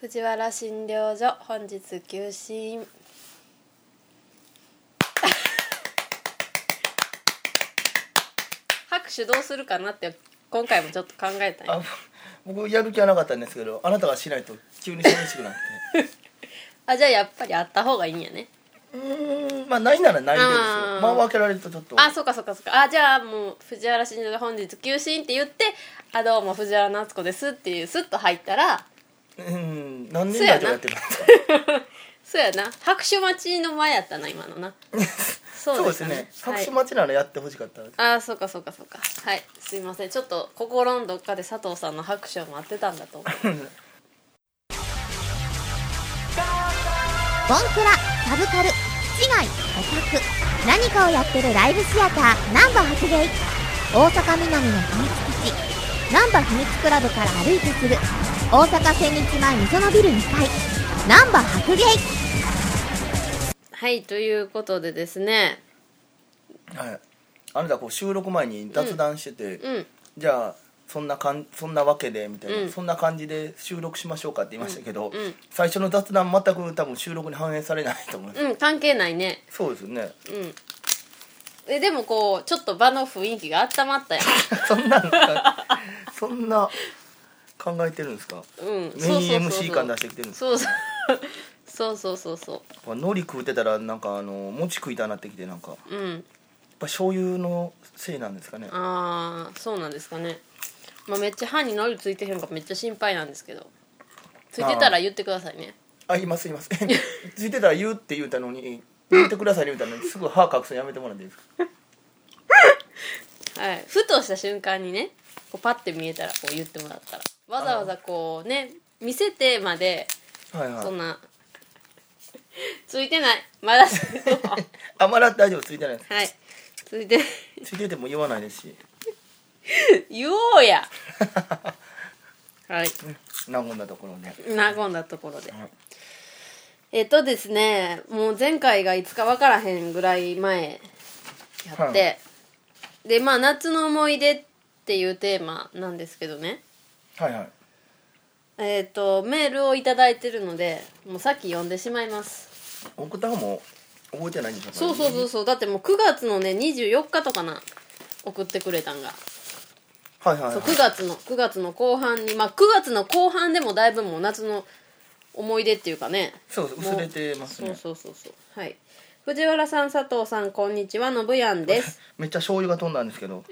藤原診療所本日休診拍手どうするかなって今回もちょっと考えたんや。 僕やる気はなかったんですけど、あなたがしないと急に寂しくなってあ、じゃあやっぱりあった方がいいんやね。 まあないならないでですよ。間を空けられるとちょっと。 あ、そうかそうかそうか。あ、じゃあもう藤原診療所本日休診って言って、あ、どうも藤原夏子ですっていうスッと入ったら、 何年ラジオやってるんですかそうやな。拍手待ちの前やったな今のな。 そうですね。拍手待ちならやってほしかったです。 あ、そうかそうかそうか。はい、すいません。ちょっと心のどっかで佐藤さんの拍手を待ってたんだと思う。 ボンクラ、サブカル、市街、オタク、何かをやってるライブシアターナンバ発芸。大阪南の秘密基地ナンバ秘密クラブから歩いてすぐ、大阪千日前みそのビル2階ナンバ白芸。 はい、ということでですね、 はい、あなたこう収録前に雑談してて、じゃあそんなわけでみたいな、そんな感じで収録しましょうかって言いましたけど、最初の雑談全く多分収録に反映されないと思います。 関係ないね。 そうですよね。 でもこうちょっと場の雰囲気が温まったよ。 そんな考えてるんですか。メイン MC 感出してきてるんですか。そう海苔食うてたらなんか餅食いたなってきて、なんか、やっぱ醤油のせいなんですかね。 ああ、そうなんですかね。まあ、めっちゃ歯に海苔ついてへんかめっちゃ心配なんですけど、ついてたら言ってくださいね。 言いますついてたら言うって言うたのに言ってくださいね言うたのにすぐ歯隠すのやめてもらっていいですか。 はい、ふとした瞬間にね、こうパッて見えたらこう言ってもらったら、わざわざこうね見せてまで、そんなついてない、まだまだ大丈夫、ついてないです。 はい、ついてても言わないですし言おうやはい、 和んだところで和んだところで、ですね、もう前回がいつか分からへんぐらい前やって、でまあ夏の思い出っていうテーマなんですけどね、メールをいただいてるので、もうさっき読んでしまいます。 送った方も覚えてないんですか。 そうだってもう9月のね24日とかな、送ってくれたんが。そう9月の後半に、まあ9月の後半でもだいぶもう夏の思い出っていうかね、 薄れてますね。 そうはい。藤原さん、佐藤さん、こんにちは、のぶやんです。 めっちゃ醤油が飛んだんですけど。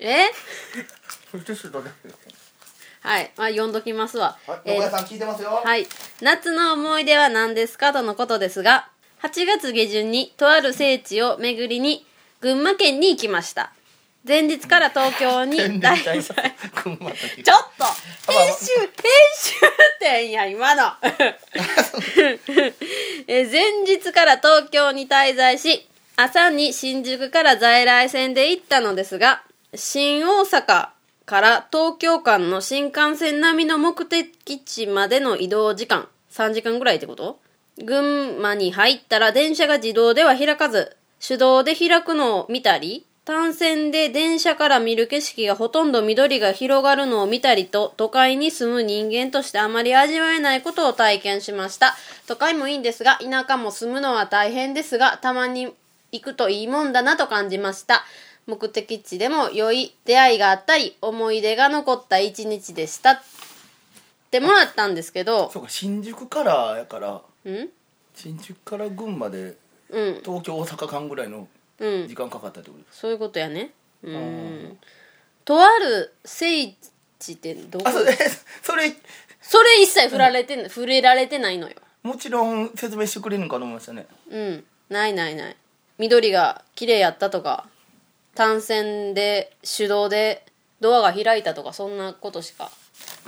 はい、まあ読んどきますわ。 野村さん聞いてますよ。 はい。夏の思い出は何ですかとのことですが、8月下旬にとある聖地を巡りに群馬県に行きました。前日から東京にちょっと編集点や今の前日から東京に滞在し、朝に新宿から在来線で行ったのですが、新大阪から東京間の新幹線並みの目的地までの移動時間3時間ぐらいってこと？群馬に入ったら電車が自動では開かず、手動で開くのを見たり、単線で電車から見る景色がほとんど緑が広がるのを見たりと、都会に住む人間としてあまり味わえないことを体験しました。都会もいいんですが、田舎も住むのは大変ですが、たまに行くといいもんだなと感じました。目的地でも良い出会いがあったり、思い出が残った一日でしたってもらったんですけど、 そうか、新宿からやから、新宿から群馬で、東京大阪間ぐらいの時間かかったってことです。 そういうことやね。とある聖地ってどこ？それ一切触れられてないのよ。 もちろん説明してくれるのかと思いましたね。 ない。緑が綺麗やったとか、単線で手動でドアが開いたとか、そんなことしか。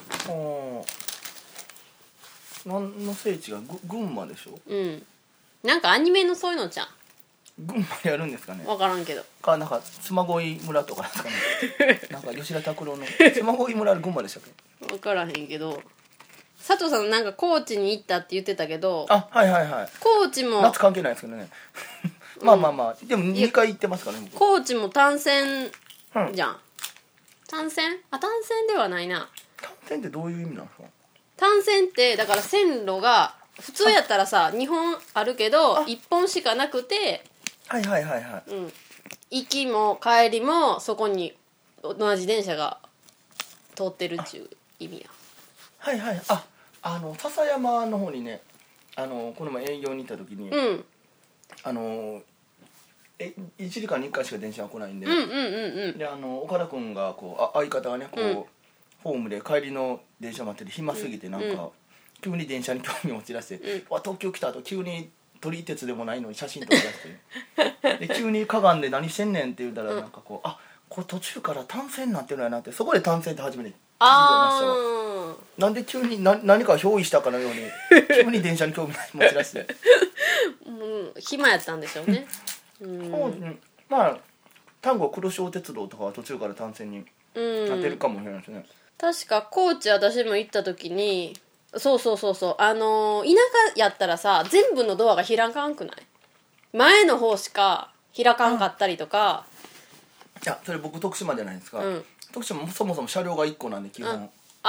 何の聖地が群馬でしょ。 なんかアニメのそういうのじゃん。 群馬でやるんですかね。 分からんけど。 なんか妻恋村とかですかね。なんか吉田拓郎の妻恋村群馬でしたっけ。 分からへんけど。佐藤さんなんか高知に行ったって言ってたけど。高知も夏関係ないですけどね。まあでも2回行ってますからね。 高知も単線じゃん。単線ではないな。 単線ってどういう意味なんですか。 単線ってだから線路が普通やったらさ2本あるけど1本しかなくて、 はいはいはいはい、 行きも帰りもそこに同じ電車が通ってるっていう意味や。 はいはい。笹山の方にね、この前営業に行った時に、1時間に1回しか電車が来ないんで、で岡田君がこう相方がねこう、ホームで帰りの電車待ってて暇すぎてなんか、急に電車に興味持ち出して、東京来た後急に撮り鉄でもないのに写真撮り出してで急にかがんで何してんねんって言うたらなんかこう、これ途中から単線になってるんやなって、そこで単線って初めて気づきましたわ。なんで急に何か憑依したかのように急に電車に興味持ち出して暇やったんでしょうね。 まあ丹後黒潮鉄道とかは途中から単線になってるかもしれないですね。 確か高知私も行った時にそう田舎やったらさ全部のドアが開かんくない？前の方しか開かんかったりとか。 いやそれ僕徳島じゃないですか、徳島もそもそも車両が1個なんで基本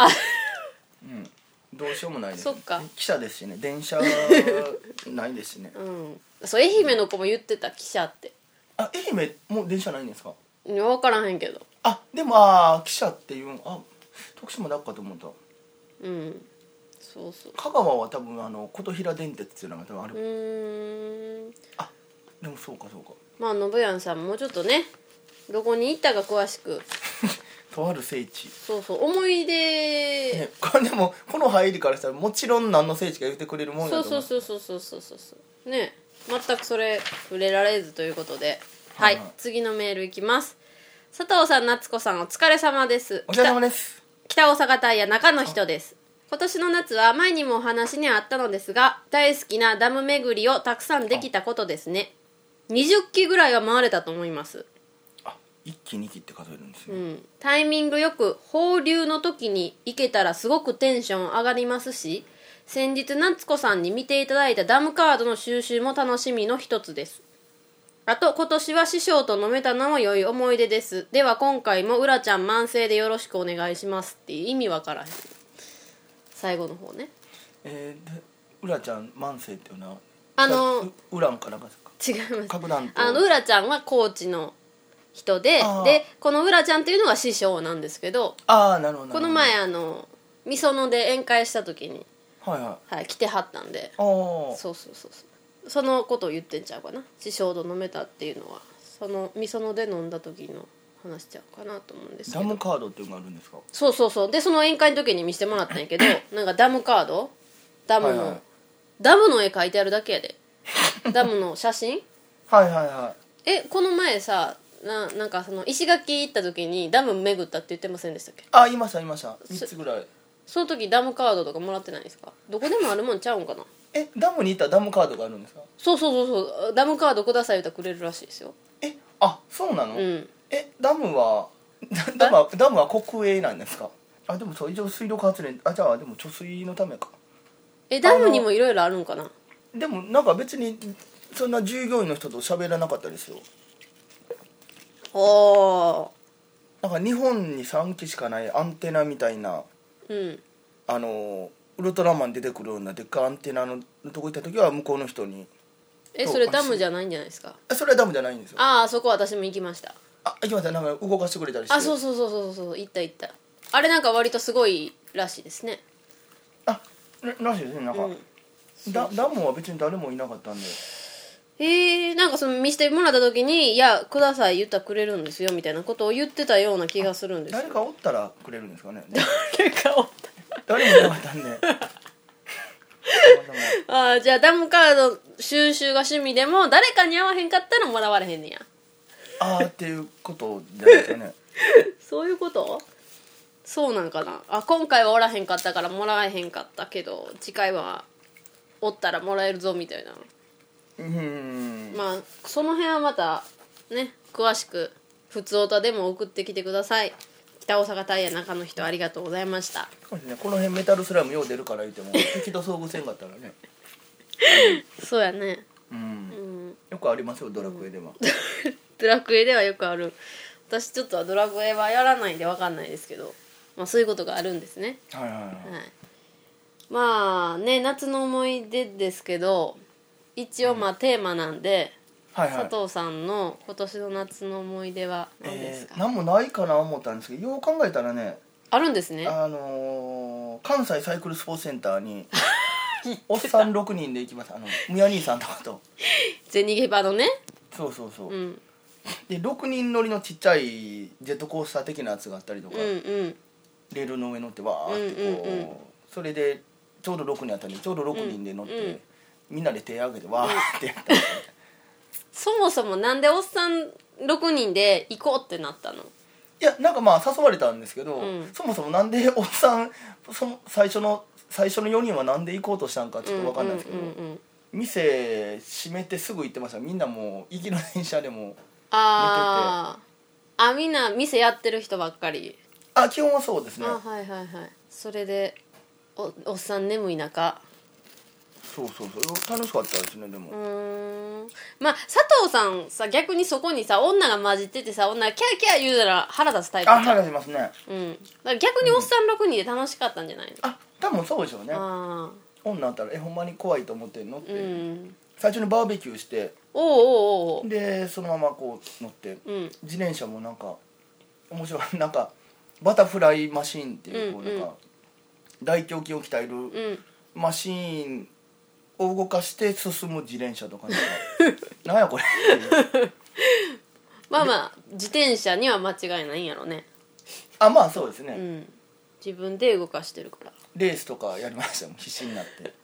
どうしようもないです。 そっか、 汽車ですしね、電車ないですしね。 そう愛媛の子も言ってた、汽車って。 愛媛もう電車ないんですか？ 分からへんけど。 でも汽車っていう徳島だっかと思った。 そうそう。 香川は多分琴平電鉄っていうのが多分ある。でもそうかまあ信やんさんもうちょっとねどこに行ったか詳しくとある聖地。 そう思い出、 これでもこの入りからしたらもちろん何の聖地か言ってくれるもんやと思う。 そうね、全くそれ触れられずということで、はい次のメールいきます。佐藤さん、夏子さん、お疲れ様です。 お疲れ様です。 北大阪タイヤ中の人です。今年の夏は前にもお話にあったのですが大好きなダム巡りをたくさんできたことですね。20機ぐらいは回れたと思います。 1機2機って数えるんですよ、 タイミングよく放流の時に行けたらすごくテンション上がりますし、先日夏子さんに見ていただいたダムカードの収集も楽しみの一つです。あと今年は師匠と飲めたのも良い思い出です。では今回もうらちゃん慢性でよろしくお願いしますっていう意味わからへん、最後の方ね。 うらちゃん慢性っていうのはウランかなんかですか？ 違います。 核弾うらちゃんは高知の人でこのうらちゃんっていうのが師匠なんですけど、 なるほど。 この前みそので宴会した時に来てはったんで、そうそのことを言ってんちゃうかな。師匠と飲めたっていうのはそのみそので飲んだ時の話しちゃうかなと思うんですけど。 ダムカードっていうのがあるんですか？ そうでその宴会の時に見せてもらったんやけどなんかダムカードダムの絵描いてあるだけやでダムの写真この前さなんかその石垣行った時にダム巡ったって言ってませんでしたっけ？ いました3つぐらい。 その時ダムカードとかもらってないんですか？どこでもあるもんちゃうんかな。 ダムに行ったらダムカードがあるんですか？ そうダムカードください言ったらくれるらしいですよ。 そうなの？ダムは国営なんですか？でも一応水力発電じゃあでも貯水のためか。 ダムにもいろいろあるんかな。 でもなんか別にそんな従業員の人と喋らなかったですよ。なんか日本に3機しかないアンテナみたいな、ウルトラマン出てくるようなでっかいアンテナのとこ行った時は向こうの人にそれダムじゃないんじゃないですか？ それはダムじゃないんですよ。 そこ私も行きました。 行きました。なんか動かしてくれたりして。 そう行ったあれなんか割とすごいらしいですね。 らしいですね。なんか、ダムは別に誰もいなかったんで。 なんかその見せてもらった時に「いやください言ったらくれるんですよ」みたいなことを言ってたような気がするんですよ。 誰かおったらくれるんですかね。 誰もいなかったんでじゃあダムカード収集が趣味でも誰かに会わへんかったらもらわれへんねや。 っていうことじゃないですかねそういうこと？そうなんかな。今回はおらへんかったからもらえへんかったけど次回はおったらもらえるぞみたいな。まあその辺はまたね詳しく普通オタでも送ってきてください。北大阪タイヤ中の人ありがとうございました。 この辺メタルスラムよう出るから言っても敵と遭遇せんかったらねそうやね。 よくありますよドラクエではドラクエではよくある。私ちょっとドラクエはやらないんで分かんないですけど、そういうことがあるんですね。 まあね、夏の思い出ですけど、一応まあテーマなんで、 はいはい、 佐藤さんの今年の夏の思い出は何ですか？ 何もないかな思ったんですけど、よう考えたらね、 あるんですね。 関西サイクルスポーツセンターにおっさん6人で行きました。むや兄さんとかとゼニゲバのね。 そうそうそう、 うん、 で6人乗りのちっちゃいジェットコースター的なやつがあったりとか、 うんうん、 レールの上乗ってわーってこう、 うんうんうん、 それでちょうど6人あったんでちょうど6人で乗って、 うんうん、 みんなで手挙げてわーってやったんでそもそもなんでおっさん6人で行こうってなったの？ いやなんかまあ誘われたんですけど、 うん、 そもそもなんでおっさん最初の4人はなんで行こうとしたんかちょっと分かんないですけど、 うんうんうんうん、 店閉めてすぐ行ってました。みんなもう行きの電車でも寝てて、 みんな店やってる人ばっかり。 基本はそうですね。 はいはいはい。それで おっさん眠い中。 そう楽しかったですね。でもまあ佐藤さんさ、逆にそこにさ女が混じっててさ、女がキャーキャー言うたら腹立つタイプじゃん。 腹立ちますね。 だから逆におっさん6人で楽しかったんじゃないの？ 多分そうでしょうね。女あったらほんまに怖いと思って乗って、最初にバーベキューしてでそのままこう乗って、自転車もなんか面白い、なんかバタフライマシーンっていう、こうなんか大胸筋を鍛えるマシーンを動かして進む自転車とかなんやこれっていうまあ自転車には間違いないんやろね。 まあそうですね、 自分で動かしてるから。 レースとかやりましたもん必死になって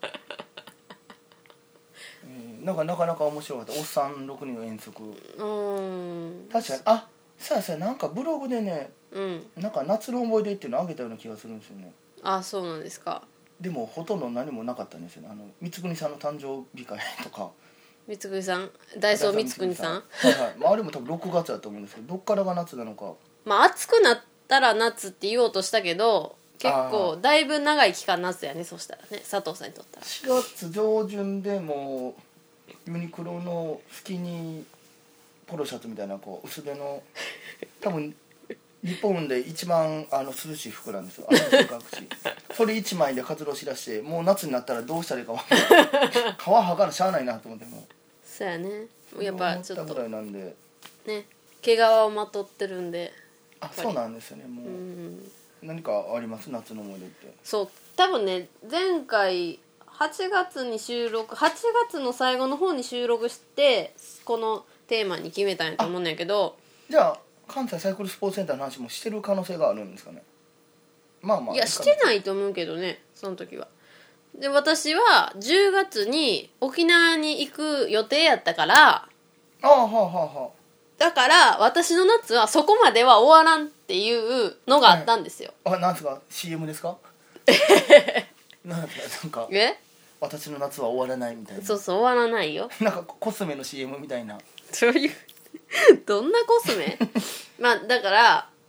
なんかなかなか面白かった。おっさん6人の遠足。確かにそうやなんかブログでね、なんか夏の思い出っていうのをあげたような気がするんですよね。 そうなんですか。 でもほとんど何もなかったんですよね。三國さんの誕生日会とか。 三國さん、ダイソー三國さん、 はいはい、あれも多分6月だと思うんですけど、どっからが夏なのか。 暑くなったら夏って言おうとしたけど、結構だいぶ長い期間夏やね。そしたらね、佐藤さんにとったら 4月上旬でもうユニクロのスキニーポロシャツみたいなこう薄手の多分日本で一番涼しい服なんですよ。それ1枚で活動しだして、もう夏になったらどうしたらいいか分からない皮剥がなしゃあないなと思って。もそうやね、やっぱちょっとぐらいなんでね、毛皮をまとってるんで。 そうなんですよね。もう、何かあります夏の思い出って？ そう多分ね、前回8月に8月の最後の方に収録してこのテーマに決めたんやと思うんやけど、 じゃあ関西サイクルスポーツセンターの話もしてる可能性があるんですかね。 いやしてないと思うけどね、その時は。で私は10月に沖縄に行く予定やったから、だから私の夏はそこまでは終わらんっていうのがあったんですよ。 なんですか CM ですかなんか私の夏は終わらないみたいな。 そう終わらないよなんかコスメの CM みたいな。 そういうどんなコスメだから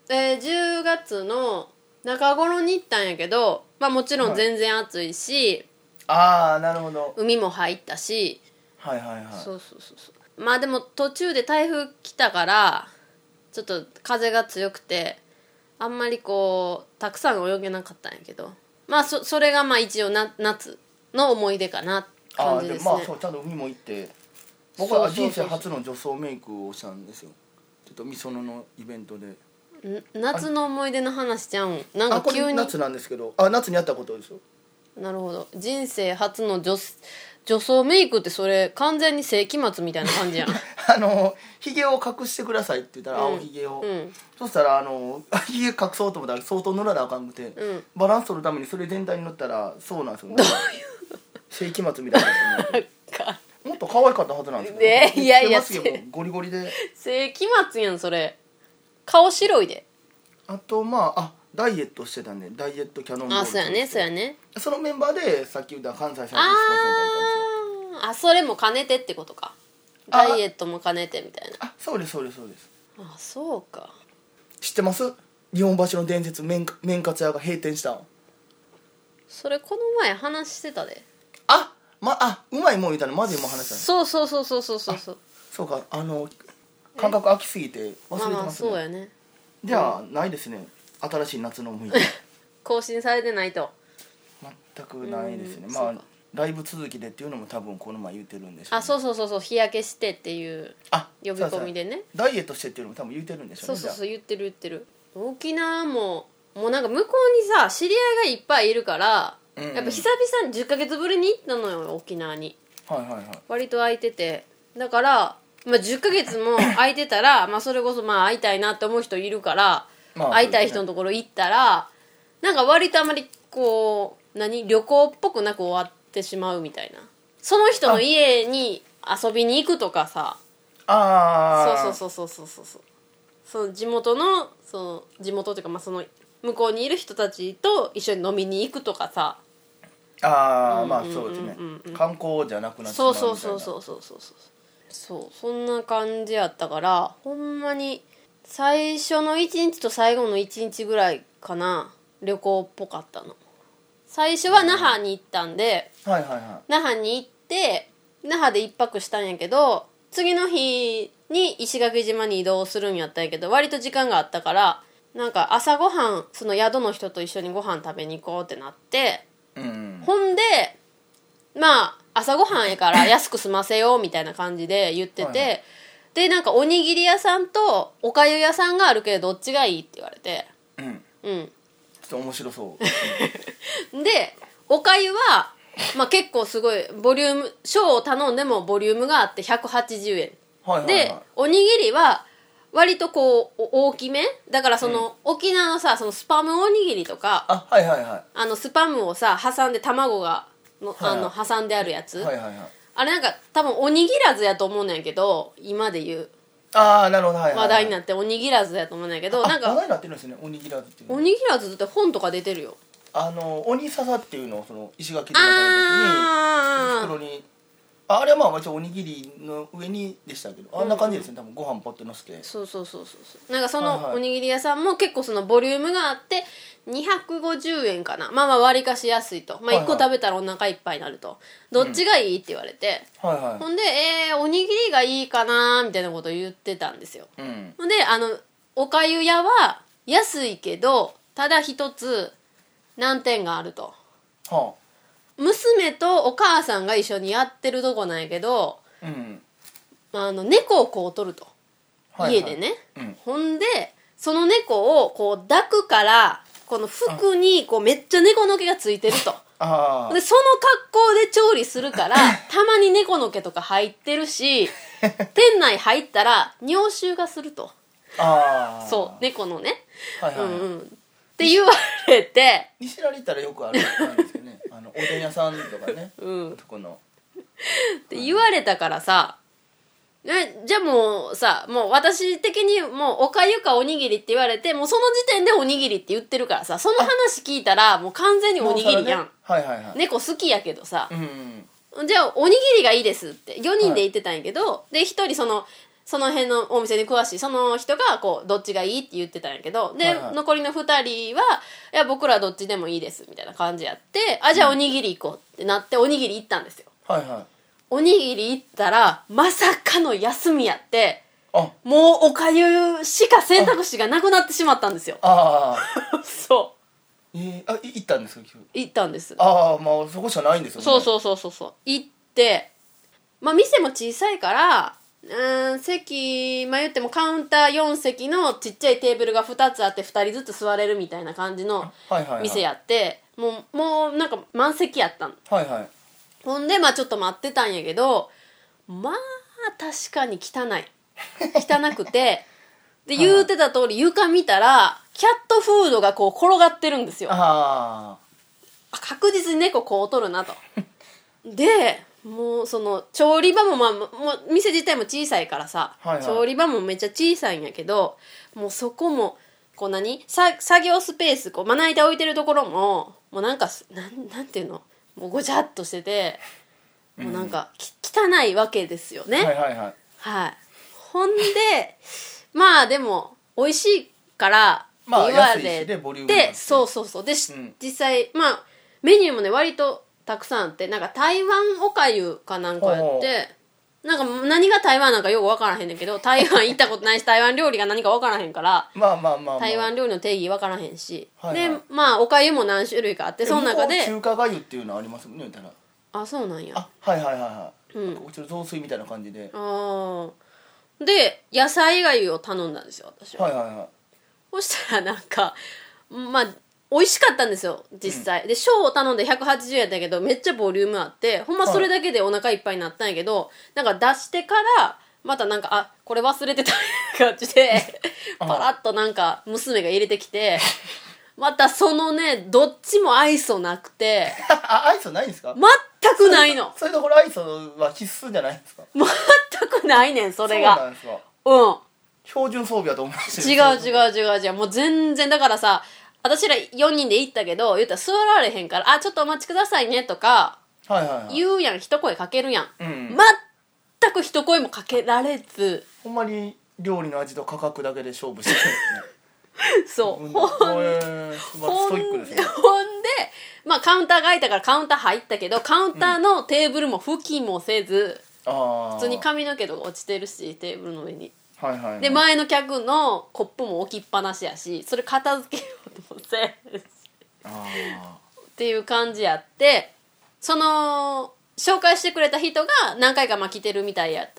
、10月の中頃に行ったんやけど、もちろん全然暑いし、 なるほど、 海も入ったし、そうでも途中で台風来たからちょっと風が強くてあんまりこうたくさん泳げなかったんやけど、それが一応夏の思い出かなって感じですね。 そうちゃんと海も行って、僕は人生初の女装メイクをしたんですよ。ちょっとみそののイベントで。 夏の思い出の話ちゃうん？なんか急に。 これ夏なんですけど、夏にやったことですよ。 なるほど。人生初の女装メイクってそれ完全に世紀末みたいな感じやん。 ひげを隠してくださいって言ったら、青ひげを、そしたらひげ隠そうと思ったら相当塗らなあかんくて、バランス取るためにそれ全体に塗ったらそうなんですよね。 どういう世紀末みたいな。もっと可愛かったはずなんですけど、 いやゴリゴリで世紀末やんそれ。顔白いで。 あとダイエットしてたんで、ダイエットキャノンボール。 そうやね。 そのメンバーでさっき言った関西サイクルスポーツセンター行ったんですよ。 それも兼ねてってことか。ダイエットも兼ねてみたいな。 そうです。 そうか。 知ってます？日本橋の伝説麺活屋が閉店した。 それこの前話してたで。 うまいもん言うたらマジでも話した。 そうそうか、感覚空きすぎて忘れてますね。 そうやね。 じゃあないですね、新しい夏の思い出。 更新されてないと。 全くないですね。まあそうかライブ続きでっていうのも多分この前言ってるんでしょうね。 あ、そうそうそうそう、日焼けしてっていうあ呼び込みでね。 そうそうダイエットしてっていうのも多分言ってるんでしょうね。 そうそうそう、言ってる言ってる。沖縄ももうなんか向こうにさ知り合いがいっぱいいるから、 うんうんやっぱ久々に10ヶ月ぶりに行ったのよ沖縄に。 はいはいはい。 割と空いてて、だから、まあ、10ヶ月も空いてたらまあそれこそまあ会いたいなって思う人いるから、 まあ会いたい人のところ行ったらなんか割とあまりこう旅行っぽくなく終わってしまうみたいな。その人の家に遊びに行くとかさ、 ああそうその地元のその地元っていうか、まあ、その向こうにいる人たちと一緒に飲みに行くとかさ、 ああまあそうですね、観光じゃなくなってしまみたいな。 そうそうそんな感じやったから、ほんまに最初の1日と最後の1日ぐらいかな、旅行っぽかったの。最初は那覇に行ったんで、 はいはいは那覇に行って那覇で1泊したんやけど、次の日に石垣島に移動するんやったんやけど、割と時間があったからなんか朝ごはんその宿の人と一緒にご飯食べに行こうってなって、 い。うんほんでまあ朝ごはんやから安く済ませようみたいな感じで言ってて、 はいはでなんかおにぎり屋さんとおかゆ屋さんがあるけどどっちがいいって言われて、 うんちょっと面白そうでおかゆは、まあ、結構すごいボリューム、小を頼んでもボリュームがあって180円はいはいはい。 で、おにぎりは割とこう大きめだから、その、沖縄のさそのスパムおにぎりとか、 はいはいはいスパムをさ挟んで卵がの、 はいはい挟んであるやつ、 はいはいはい。 あれなんか多分おにぎらずやと思うねんけど、今で言うああなるほど、はいはいはい、 話題になっておにぎらずやと思うねんけど、なんか話題になってるんですね、おにぎらずっていうの。 おにぎらずって本とか出てるよ。 鬼笹っていうのをその石垣でやった時に袋にあれはまあ一応おにぎりの上にでしたけど、あんな感じですね、多分ご飯ポッてのせて。 そうなんかそはいはいのおにぎり屋さんも結構そのボリュームがあって250円かな、まあまあ割かしやすいと、まあ1個食べたらお腹いっぱいになると、どっちがいいって言われて、 はいはい。 ほんでおにぎりがいいかなみたいなことを言ってたんですよ。 うんほんでおかゆ屋は安いけどただ一つ難点があると。 は娘とお母さんが一緒にやってるとこなんやけど、 あうん猫をこう取ると、 はいはい家でね、 うんほんでその猫をこう抱くからこの服にこうめっちゃ猫の毛がついてると。 あでその格好で調理するからたまに猫の毛とか入ってるし店内入ったら尿臭がすると。 あそう猫のね、 はいはい、 って言われて、 西成行ったらよくあるんですけどねおでん屋さんとかね、そこのって言われたからさ、じゃあもうさ、もう私的にもうおかゆかおにぎりって言われて、もうその時点でおにぎりって言ってるからさ、その話聞いたらもう完全におにぎりやん、 ね、はいはいはい、 猫好きやけどさ、 うんじゃあおにぎりがいいですって4人で言ってたんやけど、で1人その辺のお店に詳しいその人がこうどっちがいいって言ってたんやけど、で、 はいはい、 残りの2人はいや僕らどっちでもいいですみたいな感じやって、じゃあおにぎり行こうってなっておにぎり行ったんですよ。 はいはい。 おにぎり行ったらまさかの休みやって、 もうおかゆしか選択肢がなくなってしまったんですよ。そう行ったんですか？ 行ったんです。 まあそこしかないんですよね。 そう行って、まあ店も小さいから席、まあ言ってもカウンター4席のちっちゃいテーブルが2つあって2人ずつ座れるみたいな感じの店やって、もうなんか満席やったの。 はいはい。 ほんでまあちょっと待ってたんやけど、まあ確かに汚くてで言うてた通り床見たらキャットフードがこう転がってるんですよ。確実に猫こう取るなとでもうその調理場ももう店自体も小さいからさ、調理場もめっちゃ小さいんやけど、もうそこもこう作業スペースこうまな板置いてるところももうなんかなんていうの、もうごちゃっとしてて、もうなんか汚いわけですよね。はい。ほんでまあでも美味しいからって言われて、そうで、実際まあメニューもね割とたくさんあって、なんか台湾おかゆかなんかやって、 なんか何が台湾なんかよく分からへんねんけど、台湾行ったことないし台湾料理が何か分からへんから、 まあまあまあ、 台湾料理の定義分からへんし、 はいはい、 でまあおかゆも何種類かあって、その中で中華がゆっていうのありますもんね、言ったら。 あ、そうなんや。 あ、はいはいはいはい、 うん、 うちの雑炊みたいな感じで。 ああ。で野菜がゆを頼んだんですよ、私は。 はいはいはい。 そしたらなんかまあ美味しかったんですよ実際、で小を頼んで180円やったけどめっちゃボリュームあって、ほんまそれだけでお腹いっぱいになったんやけど、なんか出してからまたなんか、あ、これ忘れてた感じでパラッとなんか娘が入れてきて、またそのね、どっちも愛想なくてあ、愛想ないんですか？ 全くないの。 それところ愛想は必須じゃないんですか？ 全くないねん、それが。 そうなんですか？ うん、 標準装備だと思うんです違うもう全然。だからさ、私ら4人で行ったけど、言ったら座られへんから、あ、ちょっとお待ちくださいねとかはいはいはい、 言うやん、一声かけるやん、 うん、 全く一声もかけられず、 ほんまに料理の味と価格だけで勝負してるんですねそう、 うん、 ほんで、まあカウンターが開いたからカウンター入ったけど、カウンターのテーブルも拭きもせず、普通に髪の毛とか落ちてるし、テーブルの上に、 はいはいはい、 で前の客のコップも置きっぱなしやし、それ片付けようともせんしっていう感じやって、その紹介してくれた人が何回かまあ来てるみたいやって、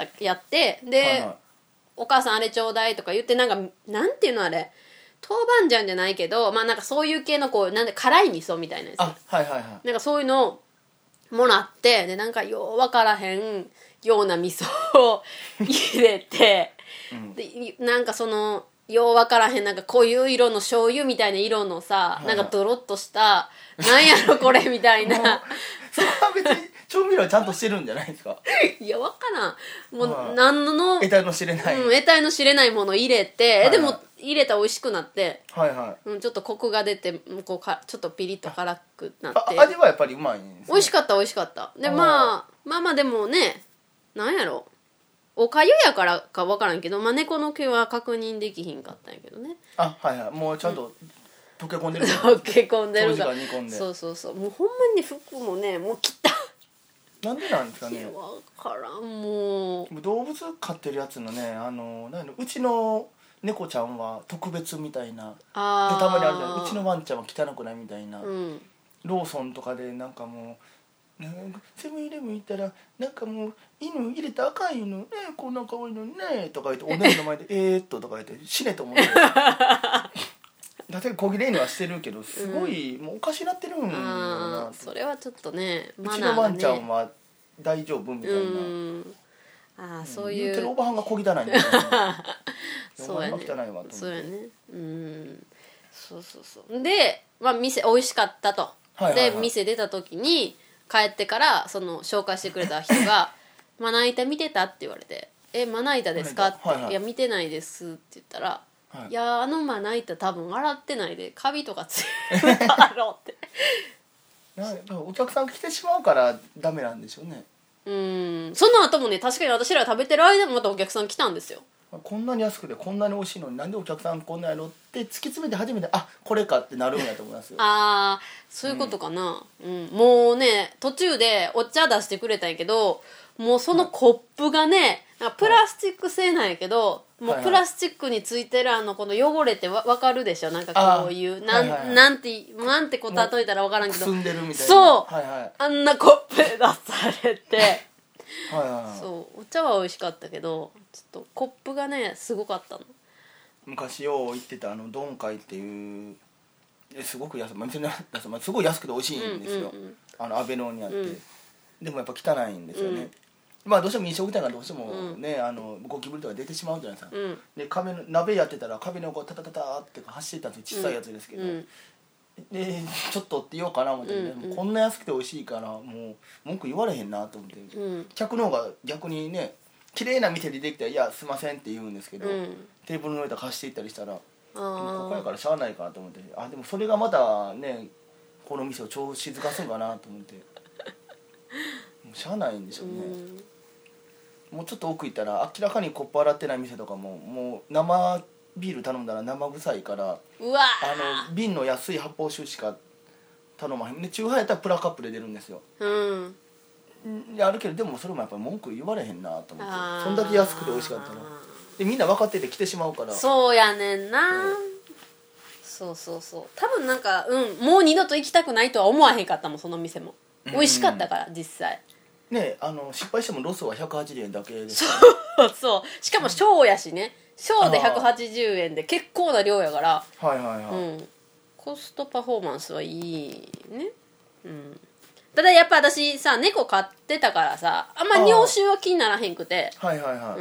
で、はいはい、お母さんあれちょうだいとか言って、なんかなんていうのあれ、豆板醤じゃないけど、まあなんかそういう系のこう、なんで辛い味噌みたいなやつ、 あ、はいはいはい、 なんかそういうのをもらって、でなんかよう分からへんような味噌を入れて、うん、でなんかそのよう分からへんなんか濃い色の醤油みたいな色のさ、はいはい、なんかドロッとしたなんやろこれみたいなそれは別に調味料はちゃんとしてるんじゃないですか？ いや分からん、もう、はい、何の得体の知れない、 うん、得体の知れないもの入れて、はいはい、でも入れたら美味しくなって、 はいはい、 うん、ちょっとコクが出てこうかちょっとピリッと辛くなって、 味はやっぱりうまいんですね。 美味しかったで、まあでもね、なんやろ、おかゆやからか分からんけど、まあ、猫の毛は確認できひんかったんやけどね。 あ、はいはい、もうちゃんと溶け込んでる、 溶け込んでるから長時間煮込んで、 そうもうほんまに服もね、もう切ったなんでなんですかね。 分からん、もう動物飼ってるやつのね、うちの猫ちゃんは特別みたいなで、たまにあるじゃない、うちのワンちゃんは汚くないみたいな、うん、ローソンとかでなんかもうセブンイレブン行ったらなんかもう犬入れたらあかん犬ね、こんな可愛いのにねとか言って、おねるの前でとか言って死ねと思ってだって小切れ犬はしてるけど、すごい、もうおかしなってるんだよな。 それはちょっとね、 うちのワンちゃんは大丈夫みたいな、 そういう言ってるおばはんが小汚いんだよねそうやね、 おばはんが汚いわと思って、 そうやね、そうで、まあ、店美味しかったと、はいはいはい、で店出た時に帰ってからその紹介してくれた人が「まな板見てた?」って言われて「まな板ですか?」って、はいはい、いや見てないです」って言ったら「はい、いやまな板多分洗ってないでカビとかついてるだろ」ってお客さん来てしまうからダメなんでしょうね。 その後もね、確かに私らが食べてる間もまたお客さん来たんですよ。 こんなに安くてこんなに美味しいのになんでお客さんこんなやろって突き詰めて初めて、あ、これかってなるんやと思いますよ。 ああ、そういうことかな、もうね、途中でお茶出してくれたんやけど、もうそのコップがね、なんかプラスチック製なんやけど、もうプラスチックについてるこの汚れって分かるでしょ、なんかこういうなんてこう例えたら分からんけど、 くすんでるみたいな、 そう、 はいはい、 あんなコップで出されてはいはいはい、 そうお茶は美味しかったけど、ちょっとコップがねすごかったの。 昔よう行ってたドンカイっていうすごく安い、すごい安くて美味しいんですよ、アベノにあって、でもやっぱ汚いんですよね、まあどうしても飲食店がどうしてもね、ゴキブリとか出てしまうじゃないですか、で壁の鍋やってたら壁のこうタタタタって走ってたんですよ、小さいやつですけど、でちょっとって言おうかな思って、こんな安くて美味しいからもう文句言われへんなと思って、客の方が逆にね綺麗な店でできたら「いやすいません」って言うんですけど、テーブルの上で貸していったりしたらここやからしゃあないかなと思って、でもそれがまたねこの店を調子づかすんかなと思ってもうしゃあないんでしょうね、もうちょっと奥行ったら明らかにコップ洗ってない店とかもう生ビール頼んだら生臭いから、 うわ瓶の安い発泡酒しか頼まへんで、チューハイやったらプラカップで出るんですよ、 あるけど、でもそれもやっぱり文句言われへんなと思って、 あーそんだけ安くて美味しかったらでみんな分かってて来てしまうから。 そうやねんな、そうそうそう、多分なんかもう二度と行きたくないとは思わへんかったもん、その店も美味しかったから実際ね、失敗してもロスは180円だけですそうそう、しかも小やしね、小で180円で結構な量やから、 はいはいはい、 コストパフォーマンスはいいね。ただやっぱ私さ、猫飼ってたからさ、あんま尿臭は気にならへんくて、 はいはいはい、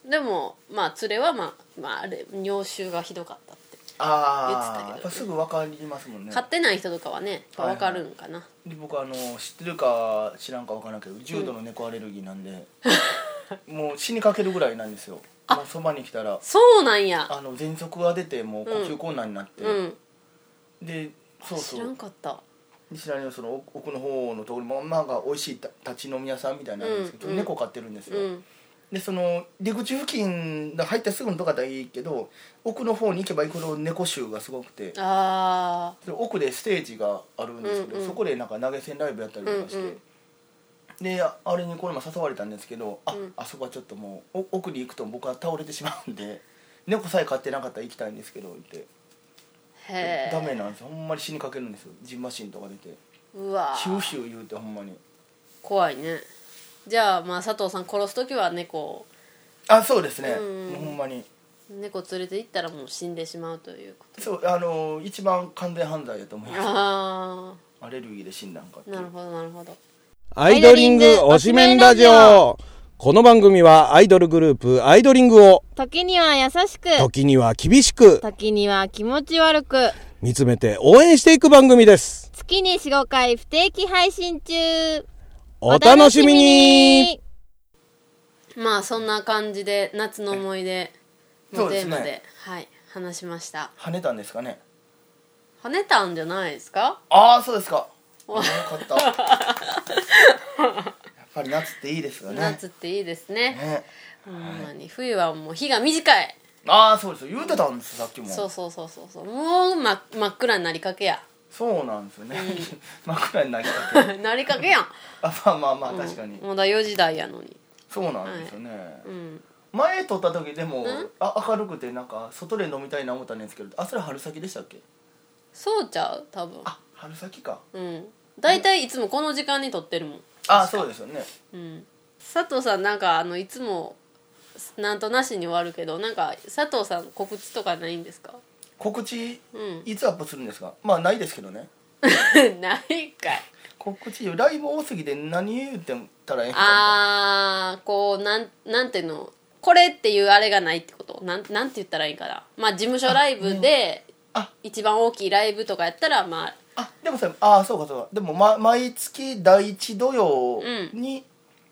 でもまあ連れはまああれ尿臭がひどかったってああ、 言ってたけど、 やっぱすぐ分かりますもんね。 飼ってない人とかはね分かるんかな、 で僕知ってるか知らんか分からんけど重度の猫アレルギーなんで、もう死にかけるぐらいなんですよ。もうそばに来たらそうなんや。 喘息が出てもう呼吸困難になって、でそうそう、 知らんかった。 知らないその奥の方のところもまあ美味しい立ち飲み屋さんみたいなのあるんですけど、猫飼ってるんですよ、でその出口付近入ったすぐのとこだったらいいけど、奥の方に行けば行くほど猫臭がすごくて、で奥でステージがあるんですけど、そこでなんか投げ銭ライブやったりとかして、であれにこれも誘われたんですけど、あそこはちょっともう奥に行くと僕は倒れてしまうんで、猫さえ飼ってなかったら行きたいんですけどってダメなんですよ。ほんまに死にかけるんですよ、ジンマシンとか出て、 うわシューシュー言うて、ほんまに怖いね。じゃあまあ佐藤さん殺す時は猫を、 そうですね、ほんまに猫連れて行ったらもう死んでしまうということ。 そう一番完全犯罪だと思います。 アレルギーで死んだんかっていう。 なるほどなるほど。 アイドリング推しメンラジオ。この番組はアイドルグループアイドリングを時には優しく、 時には厳しく、 時には気持ち悪く見つめて応援していく番組です。 月に 4,5 回不定期配信中。 お楽しみに。 まあそんな感じで夏の思い出のテーマ で、はい、話しました。 跳ねたんですかね。 跳ねたんじゃないですか。 そうですか。よかったやっぱり夏っていいですよね。 夏っていいですね。ほんまに冬はもう日が短い。 そうですよ、言うてたんですさっきも。 そうもう真っ暗になりかけや。 そうなんですよね、真っ暗になりかけなりかけやん。 まあ確かに、 まだ4時台やのに。 そうなんですよね、前撮った時でも、明るくてなんか外で飲みたいな思ったんですけど、それ春先でしたっけ。 そうちゃう多分。 春先か。 だいたいいつもこの時間に撮ってるもん。 そうですよね。 佐藤さんなんかいつもなんとなしに終わるけど、なんか佐藤さん告知とかないんですか。 告知、いつアップするんですか。ないですけどね。 ないかい。 告知ライブ多すぎて何言ってたらええか。 こうなんていうの、これっていうあれがないってこと。なんて言ったらいいかな。まあ事務所ライブで一番大きいライブとかやったらまあ。 でもさ、そうかそうか。でも、毎月第1土曜に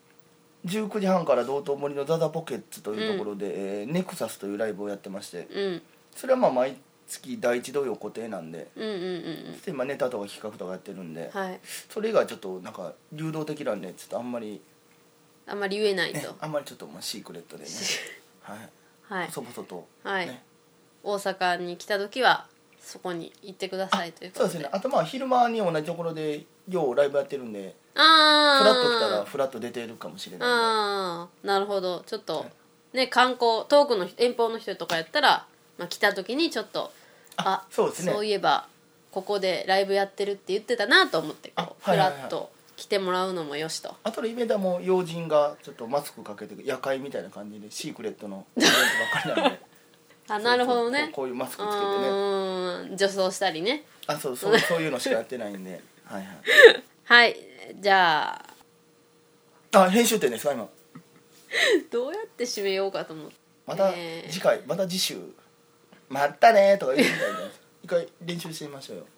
19時半から道頓堀のザザポケッツというところで、ネクサスというライブをやってまして、それは毎月第1土曜固定なんで、で今ネタとか企画とかやってるんで、それ以外ちょっとなんか流動的なんでちょっとあんまり言えないと、 あんまりちょっとシークレットでねはい、細々と、ね、 大阪に来た時はそこに行ってくださいということで。 そうですね。あと昼間に同じところでようライブやってるんで、フラッと来たらフラッと出てるかもしれないんで。なるほど。ちょっとね、観光遠くの遠方の人とかやったら、来た時にちょっとそうですね、 そういえばここでライブやってるって言ってたなと思ってフラッと来てもらうのもよしと。 あとのイベントはもう要人がちょっとマスクかけて夜会みたいな感じでシークレットのイベントばっかりなんでなるほどね。 こういうマスクつけてね、 女装したりね。 そういうのしかやってないんではい、じゃあ編集点ですか今。 どうやって締めようかと思って、 また次回、また次週またねとか言うみたいで一回練習してみましょうよ。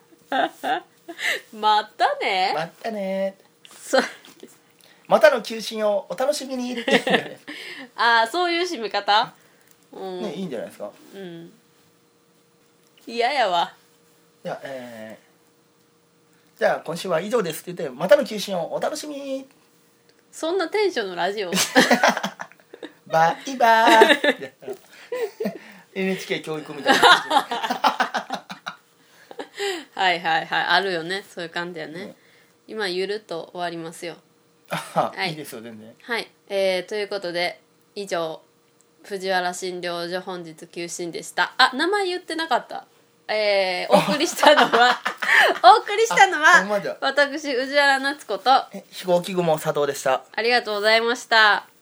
またねまたねまたの休診をお楽しみにってそういう締め方、 いいんじゃないですか。 嫌やわ。 じゃあ今週は以上ですって言って、またの休診をお楽しみに。 そんなテンションのラジオバイバーイNHK 教育みたいなはいあるよね、そういう感じやね。 今ゆるっと終わりますよ。 いいですよ全然。 はい、ということで以上藤原診療所本日休診でした。名前言ってなかった。お送りしたのは私宇治原夏子と飛行機雲佐藤でした。 ありがとうございました。